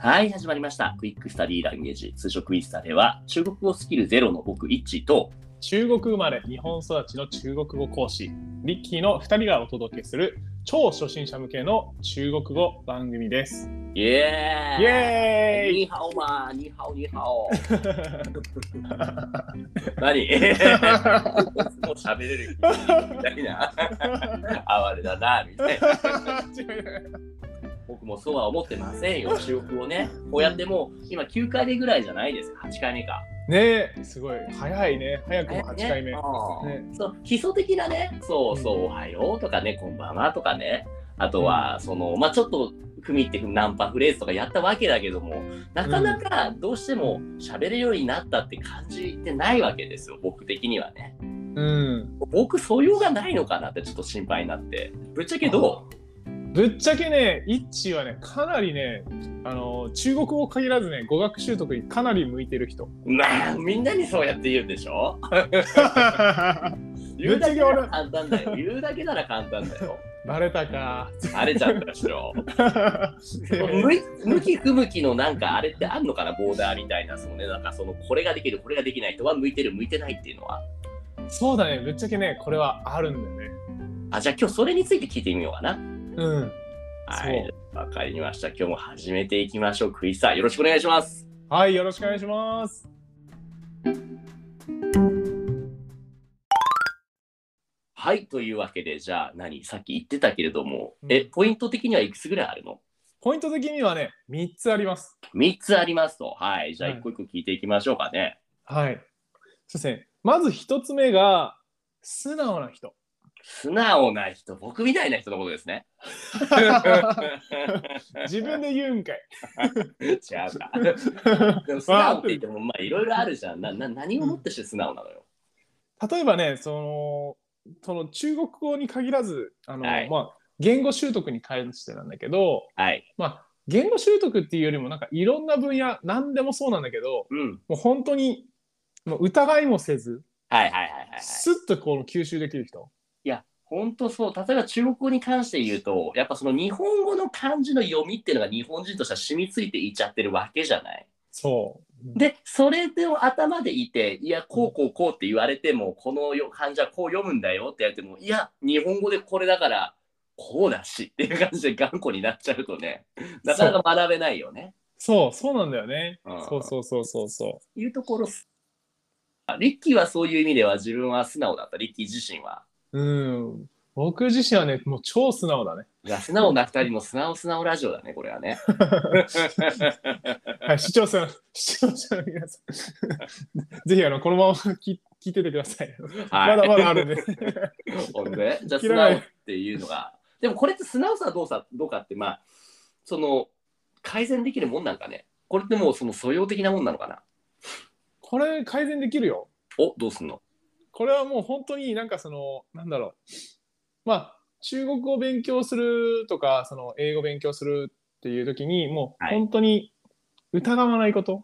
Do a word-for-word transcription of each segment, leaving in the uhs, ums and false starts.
はい、始まりました。クイックスタディランゲージ、通称クイスタでは、中国語スキルゼロの僕、イッチと、 中国生まれ、日本育ちの中国語講師、リッキーのふたりがお届けする超初心者向けの中国語番組です。 イエーイイエーイニーハオマー、ニーハオ、ニーハオ何もう喋れるみたいな。哀れだな、みたいな。僕もそうは思ってませんよ、中国語ね。こうやってもう、今きゅうかいめぐらいじゃないですか、はちかいめか。 ねえ、すごい。早いね。早くもはちかいめ。ねねね、そう基礎的なね、そうそう、おはようとかね、こんばんはとかね。あとは、その、まあちょっと、組みってナンパフレーズとかやったわけだけども、なかなかどうしても喋れるようになったって感じてないわけですよ、僕的にはね。 うん。 僕、素養がないのかなってちょっと心配になって。ぶっちゃけどうぶっちゃけね、イッチはね、かなりね、あの中国語限らずね、語学習得にかなり向いてる人。 まあ、みんなにそうやって言うんでしょ言うだけなら簡単だよ。言うだけなら簡単だよ。 バレたか。 バレちゃったでしょ。向き不向きのなんかあれってあんのかな、ボーダーみたいな、そのね、なんかそのこれができる、これができない人は向いてる、向いてないっていうのは。 そうだね、ぶっちゃけね、これはあるんだよね。 あ、じゃあ今日それについて聞いてみようかな。 うん。 はい、わかりました。今日も始めていきましょう。クイズさん、よろしくお願いします。 はい、よろしくお願いします。 はい、というわけで、じゃあ何、さっき言ってたけれども、うん、え、ポイント的にはいくつぐらいあるの？ ポイント的にはね、みっつあります。 みっつありますと。はい、じゃあ一個一個聞いていきましょうかね。 はい。そうですね。まず一つ目が、素直な人。 素直な人、僕みたいな人のことですね。 自分で言うんかい。 違うか。でも素直って言っても、まあいろいろあるじゃん。なな何をもってして素直なのよ。 例えばね、その、その中国語に限らず、あの、はい、まあ、言語習得に関してなんだけど、 はい、 まあ、言語習得っていうよりも、なんかいろんな分野、何でもそうなんだけど、うん、もう本当に、もう疑いもせず、 はいはいはいはい、はい。 スッとこの吸収できる人。 いや、本当そう。例えば中国語に関して言うと、やっぱその日本語の漢字の読みっていうのが日本人としては染みついていっちゃってるわけじゃない。 そう。 で、それで頭でいて、いや、こうこうこうって言われても、この漢字はこう読むんだよって言われても、いや、日本語でこれだから、こうだしっていう感じで頑固になっちゃうとね、なかなか学べないよね。 そう、そうなんだよね。うん、そうそうそうそうそう。 いうところ、リッキーはそういう意味では自分は素直だった、リッキー自身は。 うん。僕自身はね、もう超素直だね。 いや、素直なふたりの素直素直ラジオだね、これはね。 はい、視聴者、視聴者の皆さん、ぜひあのこのまま聞聞いててください。はい、まだまだあるんで。 ほんで、じゃあ素直っていうのが、でもこれって素直さはどうさどうかって、まあ、その改善できるもんなんかね。これってもうその素養的なもんなのかな。 これ改善できるよ。 お、どうすんの？ これはもう本当になんかそのなんだろう。まあ中国語を勉強するとかその英語を勉強するっていう時にもう本当に疑わないこと、はい、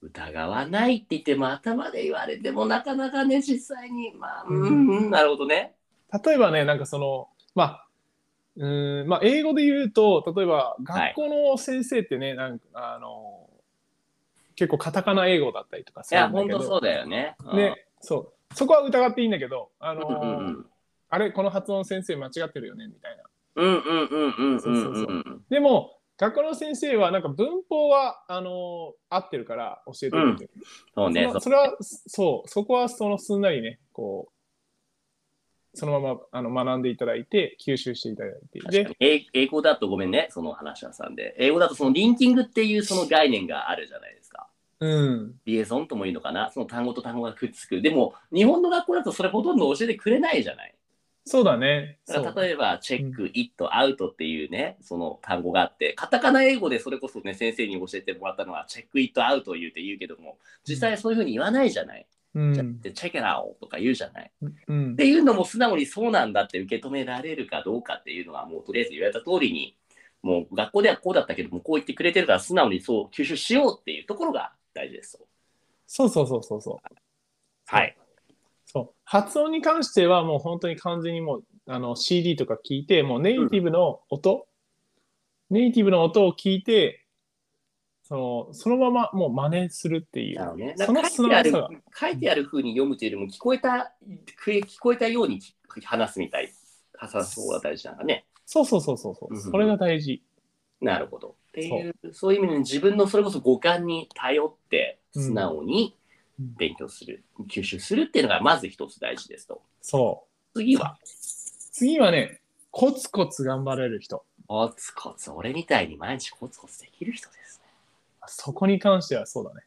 疑わないって言っても頭で言われてもなかなかね実際にまあうん、うん、なるほどね。 例えばねなんかそのまあうんまあ英語で言うと例えば学校の先生ってね、はい、なんかあの結構カタカナ英語だったりとかするんだけど、いや本当そうだよね。 ね、そうそこは疑っていいんだけどあのーうんうんうんあれこの発音先生間違ってるよねみたいな。 うんうんうんうんうんうん。 でも学校の先生はなんか文法はあのー、合ってるから教えてくれてる。うん、そうね。そ, それはそうそこはそのすんなりねこうそのままあの学んでいただいて吸収していただいて。 で英語だとごめんねその話はさんで英語だとそのリンキングっていうその概念があるじゃないですか。 うん、 リエゾンともいいのかな、その単語と単語がくっつく。でも日本の学校だとそれほとんど教えてくれないじゃない。 そうだね。 だから例えばチェック、イット、アウトっていうね、その単語があって、カタカナ英語でそれこそね、先生に教えてもらったのはチェック、イット、アウトを言うって言うけども、実際はそういうふうに言わないじゃない。うん、じゃあチェックアウトとか言うじゃない、うん。っていうのも素直にそうなんだって受け止められるかどうかっていうのはもうとりあえず言われた通りに、もう学校ではこうだったけども、こう言ってくれてるから素直にそう吸収しようっていうところが大事です。 そうそうそうそうそう。 はい。 そう発音に関してはもう本当に完全にもうあの シーディー とか聞いてもうネイティブの音、うん、ネイティブの音を聞いてそのそのままもう真似するっていう、 ね、 その素直さが書いてある風に読むというよりも聞こえた聞こえたように話すみたい話す方が大事なんだね。 そうそうそうそうそう、うん、それが大事。 なるほど。っていうそういう意味で自分のそれこそ五感に頼って素直に勉強する、うん、吸収するっていうのがまず一つ大事ですと。 そう。 次は次はね、コツコツ頑張れる人。 コツコツ、俺みたいに毎日コツコツできる人ですね。 そこに関してはそうだね。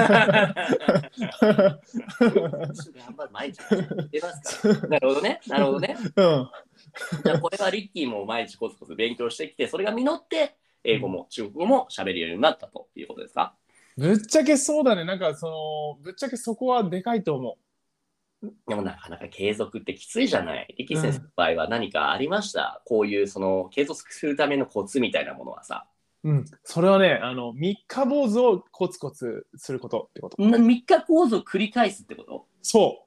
毎日出ますから。なるほどね。なるほどね。うん、じゃあこれはリッキーも毎日コツコツ勉強してきて、それが実って英語も中国語も喋るようになったということですか？ ぶっちゃけそうだね。なんかそのぶっちゃけそこはでかいと思う。 でもなかなか継続ってきついじゃない。リキ先生の場合は何かありました、うん、こういうその継続するためのコツみたいなものはさ。 うん、それはね、あの三日坊主をコツコツすることってこと。 三日坊主を繰り返すってこと？ そう。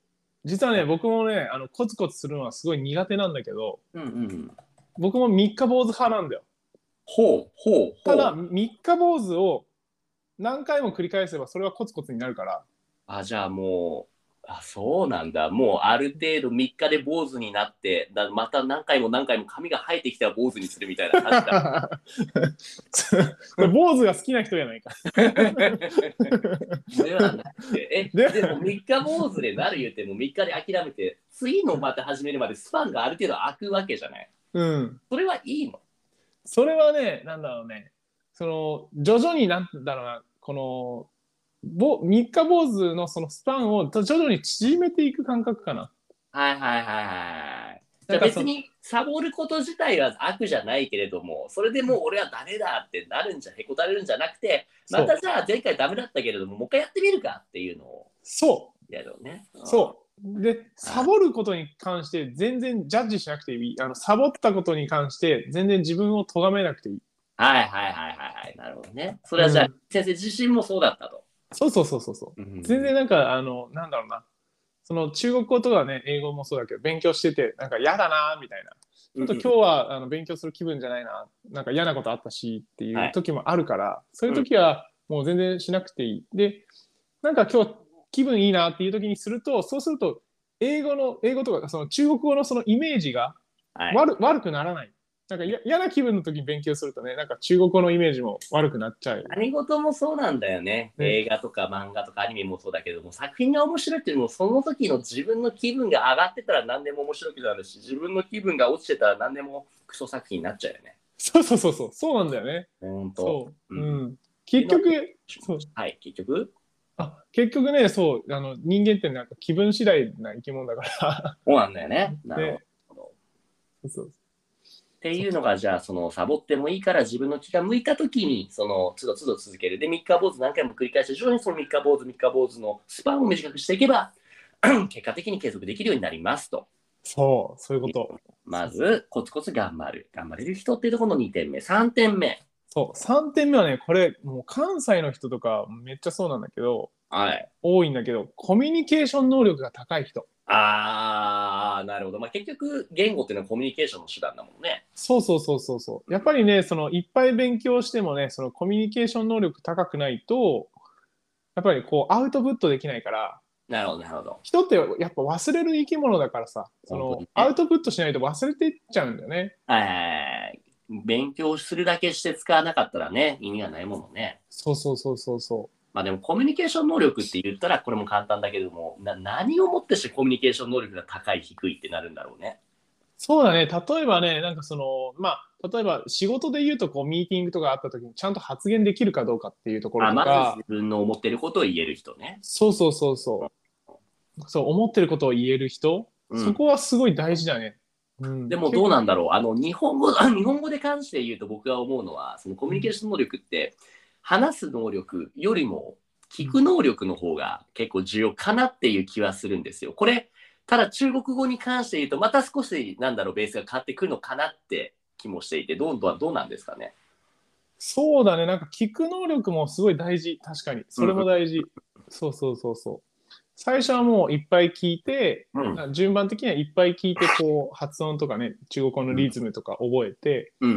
実はね、僕もね、あのコツコツするのはすごい苦手なんだけど、 うんうん、 僕も三日坊主派なんだよ。 ほうほうほう。 ただ三日坊主を何回も繰り返せばそれはコツコツになるから。 あ、じゃあもう。あ、そうなんだ。もうある程度みっかで坊主になってだまた何回も何回も髪が生えてきたら坊主にするみたいな感じだ。 坊主が好きな人じゃないか。 ではなくて、えでもみっか坊主でなる言ってもみっかで諦めて次のまた始めるまでスパンがある程度空くわけじゃない。 うん。 それはいいの？ それはね、なんだろうね、その徐々になんだろうな、この三日坊主のそのスパンを徐々に縮めていく感覚かな。 はいはいはいはい。じゃあ別にサボること自体は悪じゃないけれども、それでもう俺はダメだってなるんじゃへこたれるんじゃなくて、またじゃあ前回ダメだったけれどももう一回やってみるかっていうのをそうやるね。 そうでサボることに関して全然ジャッジしなくていい。あのサボったことに関して全然自分を咎めなくていい。 はいはいはいはいはい、なるほどね。それはじゃあ、うん、先生自身もそうだったと。 そうそうそうそうそう、うん、全然なんかあのなんだろうな、その中国語とかね英語もそうだけど勉強しててなんか嫌だなみたいな、ちょっと今日はあの勉強する気分じゃないな、なんか嫌なことあったしっていう時もあるから、はい、そういう時はもう全然しなくていい。でなんか今日気分いいなっていう時にすると、そうすると英語の英語とかその中国語のそのイメージが悪、はい、悪くならない。なんか嫌な気分の時に勉強するとね、なんか中国語のイメージも悪くなっちゃう。 何事もそうなんだよね。ね、映画とか漫画とかアニメもそうだけども、作品が面白いっていうのも、その時の自分の気分が上がってたら何でも面白くなるし、自分の気分が落ちてたら何でもクソ作品になっちゃうよね。 そうそうそうそう、そうなんだよね。 本当。 そう、うん、うん、結局、 そう。はい、結局あ結局ね、そうあの人間ってなんか気分次第な生き物だからそうなんだよね。なるほど。 そうそうっていうのが、じゃあそのサボってもいいから自分の気が向いた時にその都度都度続ける。で三日坊主何回も繰り返して徐々にその三日坊主三日坊主のスパンを短くしていけば結果的に継続できるようになりますと。 そうそういうこと。 まずコツコツ頑張る頑張れる人っていうところのにてんめ。さんてんめ、 そうさんてんめはね、これもう関西の人とかめっちゃそうなんだけど、 はい、 多いんだけど、コミュニケーション能力が高い人。 あー、なるほど。まあ、結局言語っていうのはコミュニケーションの手段だもんね。 そうそうそうそうそう。やっぱりね、そのいっぱい勉強してもね、そのコミュニケーション能力高くないと、やっぱりこうアウトプットできないから。 なるほどなるほど。 人ってやっぱ忘れる生き物だからさ、その、ね、アウトプットしないと忘れていっちゃうんだよね。 はいはいはい。勉強するだけして使わなかったらね、意味がないものね。 そうそうそうそうそう。 まあでもコミュニケーション能力って言ったらこれも簡単だけども、な何をもってしてコミュニケーション能力が高い低いってなるんだろうね。 そうだね。例えばね、なんかそのまあ例えば仕事で言うとこうミーティングとかあった時にちゃんと発言できるかどうかっていうところとか。 あ、まず自分の思ってることを言える人ね。 そうそうそうそう。そう思ってることを言える人、うん、そこはすごい大事だね。 うん、でもどうなんだろう。あの日本語日本語で関して言うと僕が思うのはそのコミュニケーション能力って、うん、話す能力よりも聞く能力の方が結構重要かなっていう気はするんですよ。これただ中国語に関して言うとまた少しなんだろうベースが変わってくるのかなって気もしていて、どうどうなんですかね。 そうだね。なんか聞く能力もすごい大事。確かにそれも大事。うん、そうそうそうそう。最初はもういっぱい聞いて、うん、順番的にはいっぱい聞いてこう発音とかね中国語のリズムとか覚えて、 うん、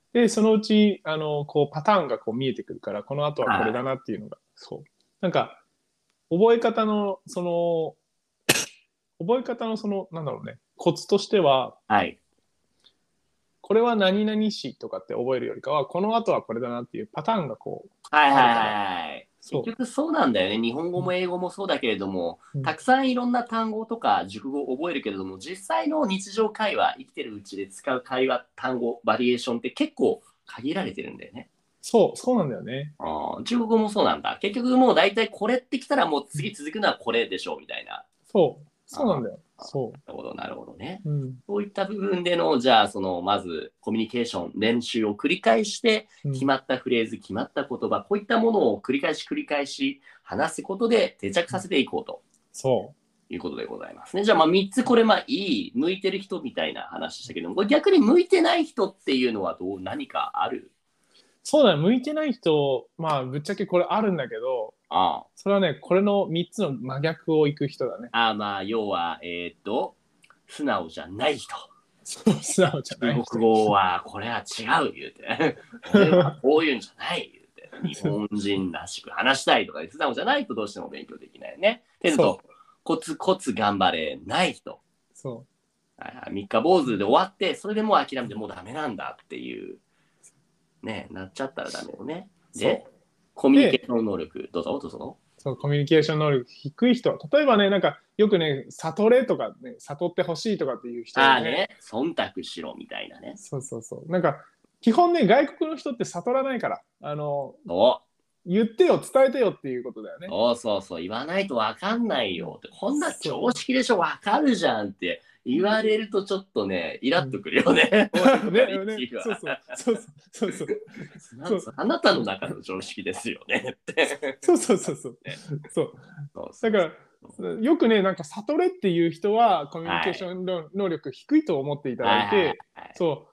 で、そのうち、あの、こう、パターンがこう見えてくるから、この後はこれだなっていうのが、そう。なんか、覚え方の、その、覚え方のその、なんだろうね、コツとしては、 はい。 これは何々詞とかって覚えるよりかは、この後はこれだなっていうパターンがこう、 はいはいはいあるから、 はい。結そ局そうなんだよね。日本語う。うんも英語もそうだけれども、 うん、 たくさんいろんな単語とか熟語を覚えるけれども、実際の日常会話、生きてるうちで使う会話、単語、バリエーションって結構限られてるんだよね。 そう、そうなんだよね。 あー中国語もそうなんだ。結局もう大体これってきたらもううん次続くのはこれでしょうみたいな。 そう、そうなあんだよ。 ーそなるほど、なるほどね。 う。うん。 そういった部分での、じゃあ、その、まず、コミュニケーション、練習を繰り返して、 うん。 決まったフレーズ、決まった言葉、こういったものを繰り返し繰り返し話すことで定着させていこうとそう。 いうことでございますね。じゃあ、まあ、みっつこれ、まあ、いい、向いてる人みたいな話したけども、これ逆に向いてない人っていうのはどう、何かある？ そうだね。向いてない人、まあ、ぶっちゃけこれあるんだけど、 あそれはね、これのみっつの真逆を行く人だね。 あ、あまあ、要は、えーっと、素直じゃない人。 そう、素直じゃな中い人。 国語はこれは違う言うて、これはこういうんじゃない言うて、日本人らしく話したいとか、素直じゃないとどうしても勉強できないよね。っていうのと、 そう、 コツコツ頑張れない人。 そ三日坊主で終わって、それでもう諦めてもうダメなんだっていう、ね、なっちゃったらダメよね。 う。 で、 そう。 コミュニケーで、 ション能力、どうぞ、どうぞ。 そう、コミュニケーション能力低い人。例えばね、なんか、よくね、悟れとかね、悟ってほしいとかっていう人をね、 ああね、忖度しろみたいなね。 そうそうそう。なんか、基本ね、外国の人って悟らないから、あの、 そう言ってよ、伝えてよっていうことだよね。 そうそうそう、言わないとわかんないよって、こんなそ常識でしょ、わかるじゃんって言われるとちょっとね、イう。うん、 ラっとくるよね。 ね、ね、そうそう、そうそう、そうそう。 あなたの中の常識ですよねって。 そうそうそうそう。そう。 そうそうだから、よくね、なんか悟れっていう人はコミュニケーシはい。 ョン能力低いと思っていただはいはいいて、 はい。 そう。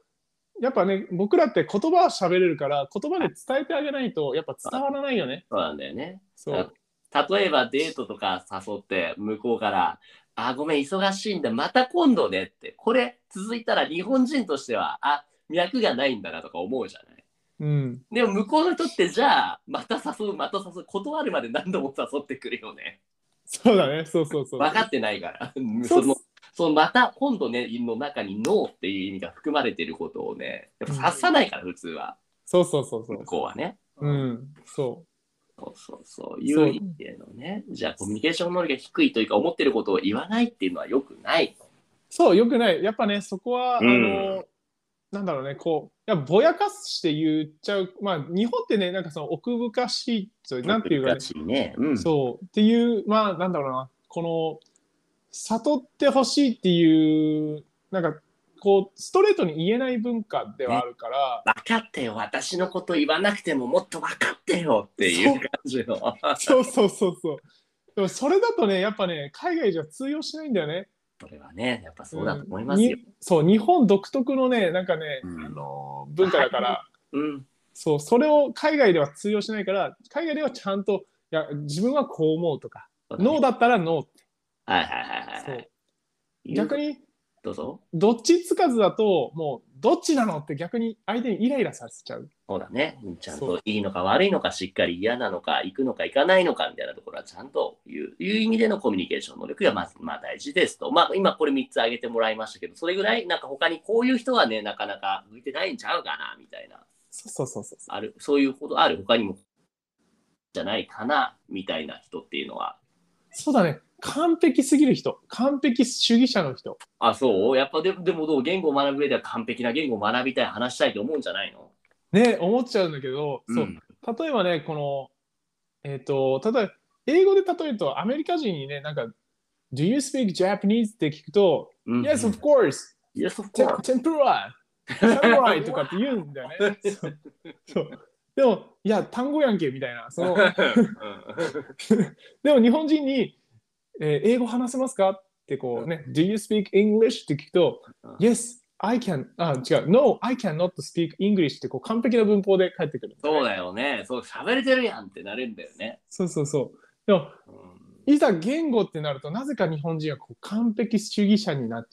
やっぱね、僕らって言葉は喋れるから、言葉で伝えてあげないと、やっぱ伝わらないよね。 そうなんだよね。 そ例えばデートとか誘って向こうから「あごめん忙しいんだまた今度ね」ってこれ続いたら日本人としてはあ脈がないんだなとか思うじゃない。 う。うん。 でも向こうの人ってじゃあまた誘うまた誘う断るまで何度も誘ってくるよね。 そうだね。そうそうそうそう。 分かってないからそうそのそのまた今度ねの中にノーっていう意味が含まれてることをねやっぱうん、 察さないから普通はそうそうそうそ向うそこうはね。 う。ううんん。そそうそうそうう。そう。 いう意味でのね、じゃあコミュニケーション能力が低いというか思ってることを言わないっていうのは良くない。 そう、よくない。やっぱね、そこは、あうん。 の、なんだろうね、こう、いや、ぼやかして言っちゃう。まあ、日本ってね、なんかその奥深しい、そうなんていうか難ね、 しいね。うん。 そう、っていう、まあ、なんだろうな、この、悟ってほしいっていう、なんか、こう、ストレートに言えない文化ではね、 あるから、 分かってよ、私のこと言わなくてももっと分かってよっていうそう、 感じの。 そうそうそうそう。でも、それだとね、やっぱね、海外じゃ通用しないんだよね。 それはね、やっぱそうだとうん、 思いますよ。 にそう、日本独特のね、なんかね、あうん。 の文化はい。 だから、 うん。 そう、それを海外では通用しないから、海外ではちゃんと、いや、自分はこう思うとか、 そうだね。 ノーだったらノーって。 はいはいはいはいはそい。 う。 言う逆に、 どうぞ。 どっちつかずだと、もう、どっちなのって逆に相手にイライラさせちゃう。 そうだね。ちゃんとそいいのか悪いのか、しっかり嫌なのか、行くのか行かないのかみたいなところはちゃんと言う、いう意味でのコミュニケーション能力がまず、まあ大事ですと。まあ今これみっつ挙げてもらいましたけど、それぐらいなんか他にこういう人はね、なかなか向いてないんちゃうかな、みたいな。 そうそうそうそう。 ある、そういうことある、他にもじゃないかな、みたいな人っていうのは。 そうだね。完璧すぎる人。完璧主義者の人。 あ、そうやっぱででもどう言語を学ぶ上では完璧な言語を学びたい、話したいと思うんじゃないの？ ね、思っちゃうんだけど、そう。 うん。 例えばね、この、えっ、と、例えば、英語で例えると、アメリカ人にね、なんか、Do you speak Japanese? って聞くと、 うん、う Yes, ん。 of course. Yes, of テ course. テンプラ、サムライとかって言うんだよね。そうそう。でも、いや、単語やんけみたいな。そのでも日本人に、えー英語話せますかってこうね、Do you speak English? って聞くと、Yes, I can. あ、違う。No, I cannot speak English ってこう完璧な文法で返ってくるんだよそうね。 だよね。そう、喋れてるやんってなるんだよね。 そうそうそう。でも、 うん、 いざ言語ってなると、なぜか日本人はこう完璧主義者になっちゃう。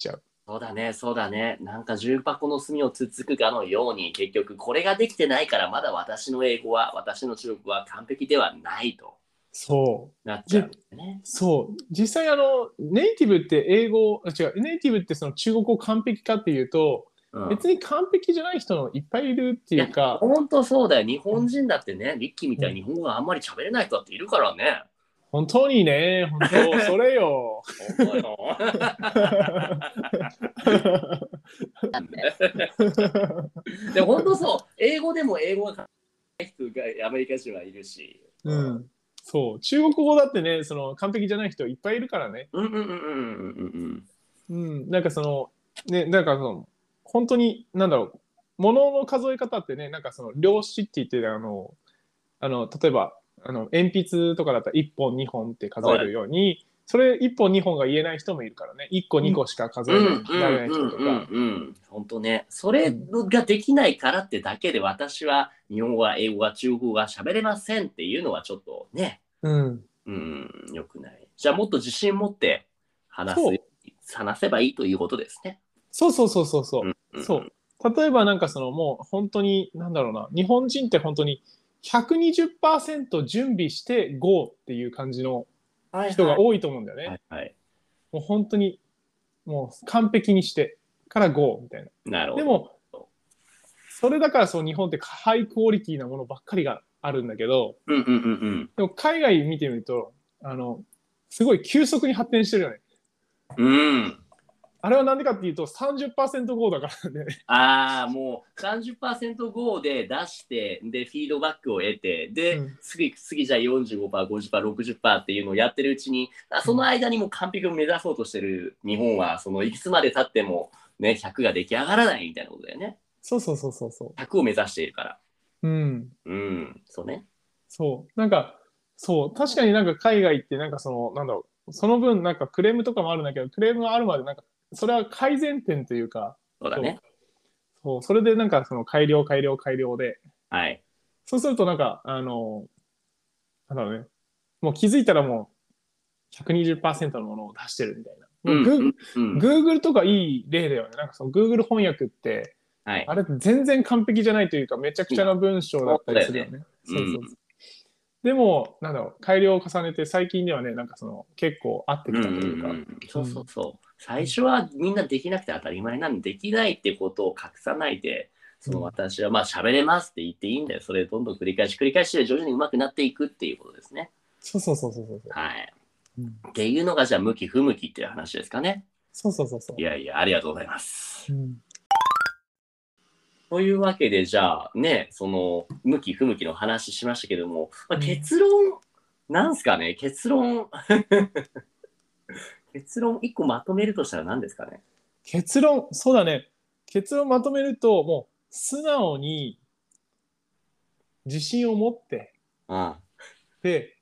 そうだね、そうだね。なんか重箱の隅をつつくかのように、結局これができてないからまだ私の英語は、私の中国は完璧ではないとそうなっちゃうんだね。 そう。実際あの、ネイティブって英語、違う、ネイティブってその中国語完璧かっていうと、うん、別に完璧じゃない人のいっぱいいるっていうか。 本当そうだよ。日本人だってね、リッキーみたいに日本語があんまり喋れない人だっているからね。 本当にね、本当、それよ。本当よ。 で本当そう、英語でも英語がない人がアメリカ人はいるし。 うん。そう、中国語だってね、その完璧じゃない人いっぱいいるからね。 うんうんうんうんうんうん。うん、なんかその、ね、なんかその、本当に、なんだろう、物の数え方ってね、なんかその、量子って言って、あの、あの例えば、あの鉛筆とかだったらいっぽんにほんって数えるように、それいっぽんにほんが言えない人もいるからね、いっこにこしか数えられない人とか。 本当ね、それができないからってだけで私は日本語は英語が中国語が喋れませんっていうのはちょっとね、 うん、 うん、よくない。じゃあもっと自信持って話す、話せばいいということですね。 そうそうそうそうそう。うんうん、そう。例えばなんかそのもう本当になんだろうな、日本人って本当にひゃくにじゅっパーセント 準備して ゴー っていう感じの人が多いと思うんだよね。はいはい、もう本当にもう完璧にしてから ゴー みたいな。 なるほど。 でもそれだからそう日本ってハイクオリティなものばっかりがあるんだけど、 うんうんうんうん、 でも海外見てみるとあのすごい急速に発展してるよね。 うん。 あれはなんでかっていうと さんじゅっパーセント ゴーだからね。 ああ、もう さんじゅっパーセント ゴーで出して、で、フィードバックを得て、で、うん、次、次じゃあ よんじゅうごパーセント、ごじゅっパーセント、ろくじゅっパーセント っていうのをやってるうちに、その間にも完璧を目指そうとしてる日本は、そのいくつまで経っても、ね、ひゃくが出来上がらないみたいなことだよね。 そうそうそうそうそう。 ひゃくを目指しているから。 うん。 うん、そうね。 そう。なんか、そう、確かになんか海外ってなんかその、なんだろう、その分なんかクレームとかもあるんだけど、クレームがあるまでなんか、それは改善点というか、 そうだね。 そう、それでなんかその改良改良改良で、 はい。 そうするとなんか、あの、なんだろうね、もう気づいたらもうひゃくにじゅっパーセントのものを出してるみたいな。もうグー、うんうん、Google とかいい例だよね。なんかその Google 翻訳って、はい、あれ全然完璧じゃないというか、めちゃくちゃな文章だったりするよね。そうそうそう。うん、でも、なんだろう、改良を重ねて、最近ではね、なんかその、結構合ってきたというか。うんうんうん、 そうそうそう。うん、最初はみんなできなくて当たり前なんで、できないってことを隠さないで、その私はまあ喋れますって言っていいんだよ。それをどんどん繰り返し繰り返しで徐々に上手くなっていくっていうことですね。 そうそうそうそうそう。 はい。うん、っていうのがじゃあ向き不向きっていう話ですかね。 そうそうそうそう。 いやいや、ありがとうございます。うん、というわけで、じゃあね、その向き不向きの話しましたけども、まあ、結論、うん、なんすかね、結論結論いっこまとめるとしたら何ですかね。 結論、そうだね。結論まとめると、もう素直に自信を持って、 ああで、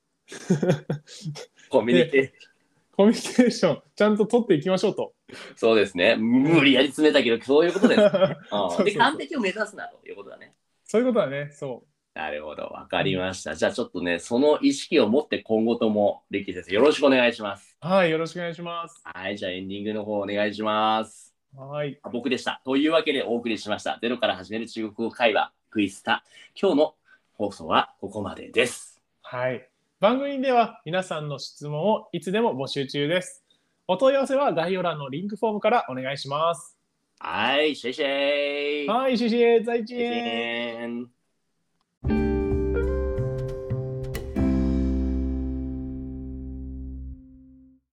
コミュニケーション。 コミュニケーション、ちゃんと取っていきましょうと。 そうですね。無理やり詰めたけど、そういうことです、ねうん。で、完璧を目指すなということだね。 そういうことだね。そう。 なるほど。わかりました。うん、じゃあちょっとね、その意識を持って今後とも、リッキー先生、よろしくお願いします。 はい、よろしくお願いします。 はい、じゃあエンディングの方お願いします。 はい。 僕でした。というわけでお送りしました。ゼロから始める中国語会話、クイスタ。今日の放送はここまでです。 はい。番組では皆さんの質問をいつでも募集中です。お問い合わせは概要欄のリンクフォームからお願いします。 はい、シェイシェイ。 はい、シェイシェイ、再见。